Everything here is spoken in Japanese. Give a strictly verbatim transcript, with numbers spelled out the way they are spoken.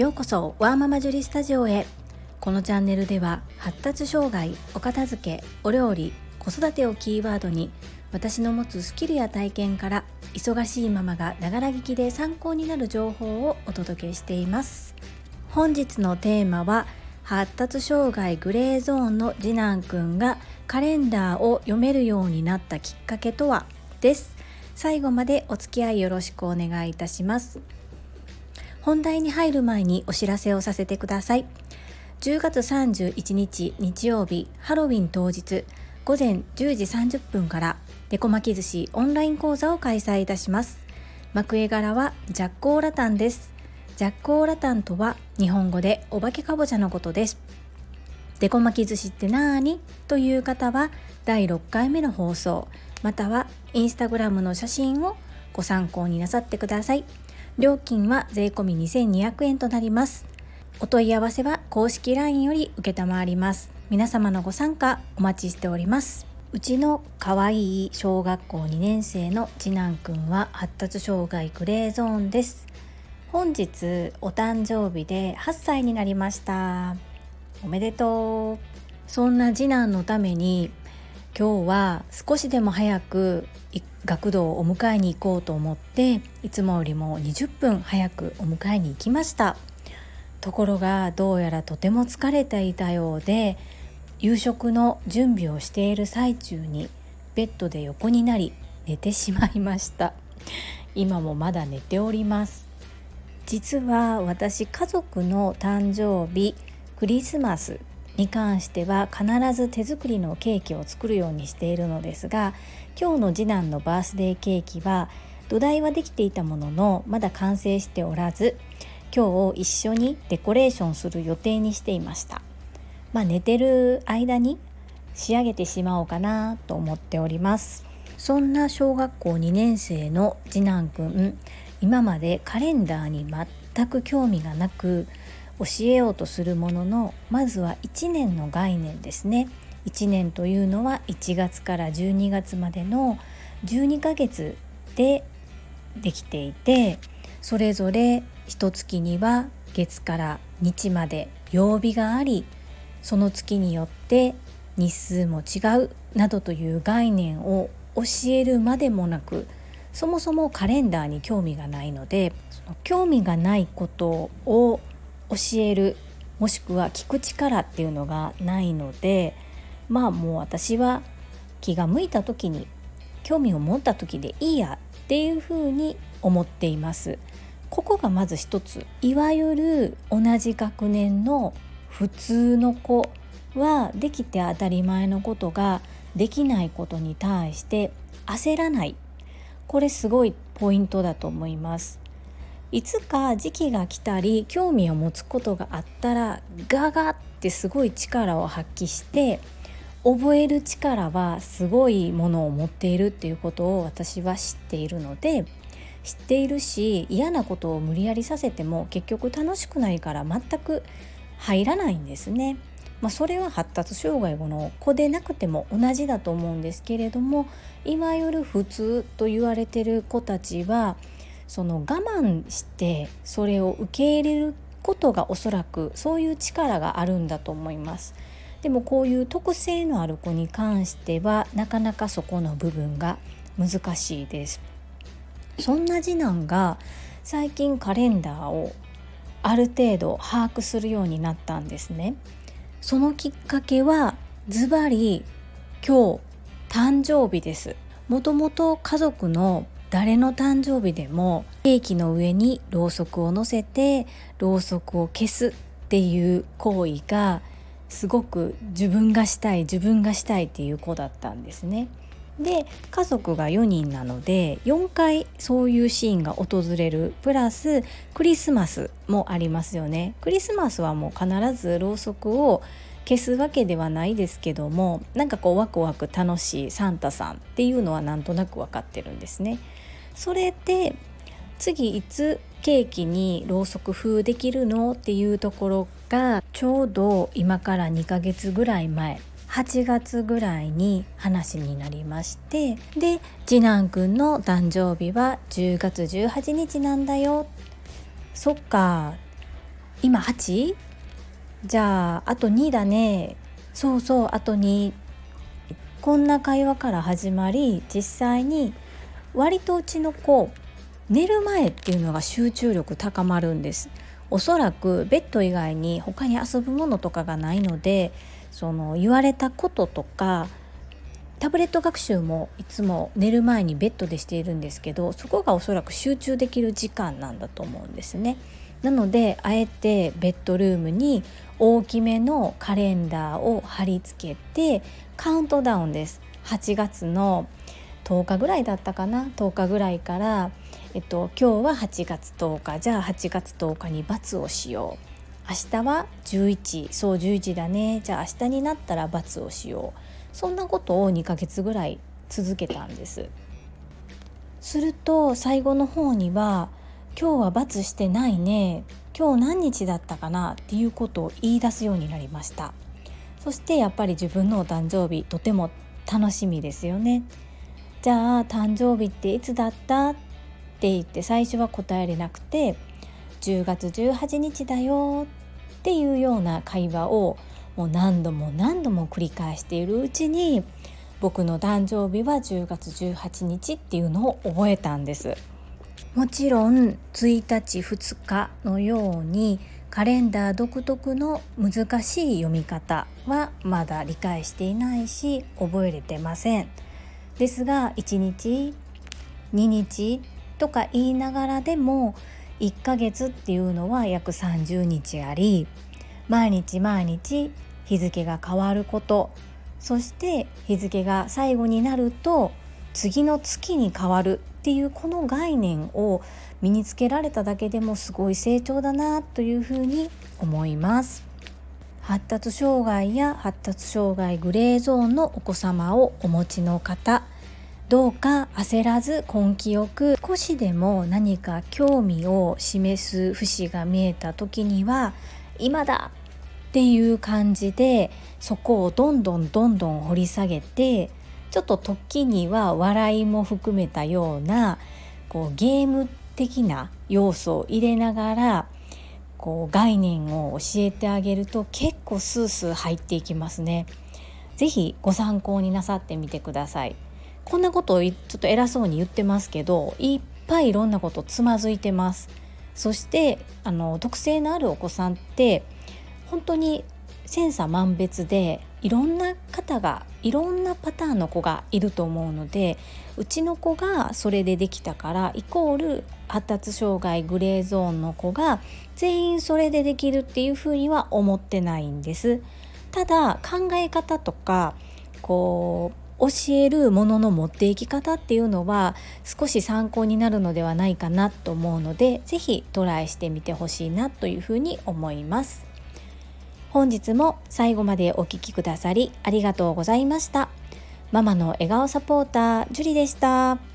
ようこそワーママジュリスタジオへ。このチャンネルでは発達障害、お片付け、お料理、子育てをキーワードに私の持つスキルや体験から忙しいママがながら聞きで参考になる情報をお届けしています。本日のテーマは発達障害グレーゾーンの次男くんがカレンダーを読めるようになったきっかけとはです。最後までお付き合いよろしくお願いいたします。本題に入る前にお知らせをさせてください。じゅうがつさんじゅういちにち日曜日、ハロウィン当日午前じゅうじさんじゅっぷんからデコ巻き寿司オンライン講座を開催いたします。幕絵柄はジャッコーラタンです。ジャッコーラタンとは日本語でお化けかぼちゃのことです。デコ巻き寿司ってなーにという方はだいろっかいめの放送またはインスタグラムの写真をご参考になさってください。料金は税込みにせんにひゃくえんとなります。お問い合わせは公式 ライン より受けたまわります。皆様のご参加お待ちしております。うちのかわいい小学校にねんせいの次男くんは発達障害グレーゾーンです。本日お誕生日ではっさいになりました。おめでとう。そんな次男のために今日は少しでも早く学童をお迎えに行こうと思っていつもよりもにじゅっぷん早くお迎えに行きました。ところがどうやらとても疲れていたようで夕食の準備をしている最中にベッドで横になり寝てしまいました。今もまだ寝ております。実は私家族の誕生日クリスマスに関しては必ず手作りのケーキを作るようにしているのですが、今日の次男のバースデーケーキは土台はできていたもののまだ完成しておらず、今日一緒にデコレーションする予定にしていました。まあ寝てる間に仕上げてしまおうかなと思っております。そんな小学校にねんせいの次男くん、今までカレンダーに全く興味がなく教えようとするものの、まずはいちねんの概念ですね。いちねんというのはいちがつからじゅうにがつまでのじゅうにかげつでできていて、それぞれいちがつには月から日まで曜日があり、その月によって日数も違うなどという概念を教えるまでもなく、そもそもカレンダーに興味がないので、その興味がないことを教えるもしくは聞く力っていうのがないので、まあもう私は気が向いた時に興味を持った時でいいやっていうふうに思っています。ここがまず一つ。いわゆる同じ学年の普通の子はできて当たり前のことができないことに対して焦らない。これすごいポイントだと思います。いつか時期が来たり興味を持つことがあったらガガってすごい力を発揮して覚える力はすごいものを持っているっていうことを私は知っているので、知っているし嫌なことを無理やりさせても結局楽しくないから全く入らないんですね。まあ、それは発達障害の子でなくても同じだと思うんですけれども、いわゆる普通と言われている子たちはその我慢してそれを受け入れることがおそらくそういう力があるんだと思います。でもこういう特性のある子に関してはなかなかそこの部分が難しいです。そんな次男が最近カレンダーをある程度把握するようになったんですね。そのきっかけはズバリ今日誕生日です。もともと家族の誰の誕生日でもケーキの上にろうそくを乗せてろうそくを消すっていう行為がすごく自分がしたい自分がしたいっていう子だったんですね。で家族がよにんなのでよんかいそういうシーンが訪れる、プラスクリスマスもありますよね。クリスマスはもう必ずろうそくを消すわけではないですけども、なんかこうワクワク楽しいサンタさんっていうのはなんとなく分かってるんですね。それで次いつケーキにろうそく風できるのっていうところがちょうど今からにかげつぐらい前、はちがつぐらいに話になりまして、で次男くんの誕生日はじゅうがつじゅうはちにちなんだよ。そっか今はち？ じゃああとにだね。そうそう、あとに。こんな会話から始まり、実際に割とうちの子寝る前っていうのが集中力高まるんです。おそらくベッド以外に他に遊ぶものとかがないので、その言われたこととか、タブレット学習もいつも寝る前にベッドでしているんですけど、そこがおそらく集中できる時間なんだと思うんですね。なのであえてベッドルームに大きめのカレンダーを貼り付けてカウントダウンです。はちがつのとおかぐらいだったかな、とおかぐらいから、えっと、今日ははちがつとおか、じゃあはちがつとおかに×をしよう。明日はじゅういち、そうじゅういちだね、じゃあ明日になったら×をしよう。そんなことをにかげつぐらい続けたんです。すると最後の方には、今日は×してないね、今日何日だったかなっていうことを言い出すようになりました。そしてやっぱり自分のお誕生日とても楽しみですよね。じゃあ誕生日っていつだったって言って最初は答えれなくて、じゅうがつじゅうはちにちだよっていうような会話をもう何度も何度も繰り返しているうちに、僕の誕生日はじゅうがつじゅうはちにちっていうのを覚えたんです。もちろんついたちふつかのようにカレンダー独特の難しい読み方はまだ理解していないし覚えれてません。ですがいちにちににちとか言いながらでもいっかげつっていうのは約さんじゅうにちあり、毎日毎日日付が変わること、そして日付が最後になると次の月に変わるっていうこの概念を身につけられただけでもすごい成長だなというふうに思います。発達障害や発達障害グレーゾーンのお子様をお持ちの方、どうか焦らず根気よく、少しでも何か興味を示す節が見えた時には今だっていう感じでそこをどんどんどんどん掘り下げて、ちょっと時には笑いも含めたようなこうゲーム的な要素を入れながらこう概念を教えてあげると結構スースー入っていきますね。ぜひご参考になさってみてください。こんなことをちょっと偉そうに言ってますけど、いっぱいいろんなことつまずいてます。そしてあの特性のあるお子さんって本当に千差万別で、いろんな方がいろんなパターンの子がいると思うので、うちの子がそれでできたからイコール発達障害グレーゾーンの子が全員それでできるっていうふうには思ってないんです。ただ考え方とかこう教えるものの持っていき方っていうのは少し参考になるのではないかなと思うので、ぜひトライしてみてほしいなというふうに思います。本日も最後までお聞きくださりありがとうございました。ママの笑顔サポータージュリでした。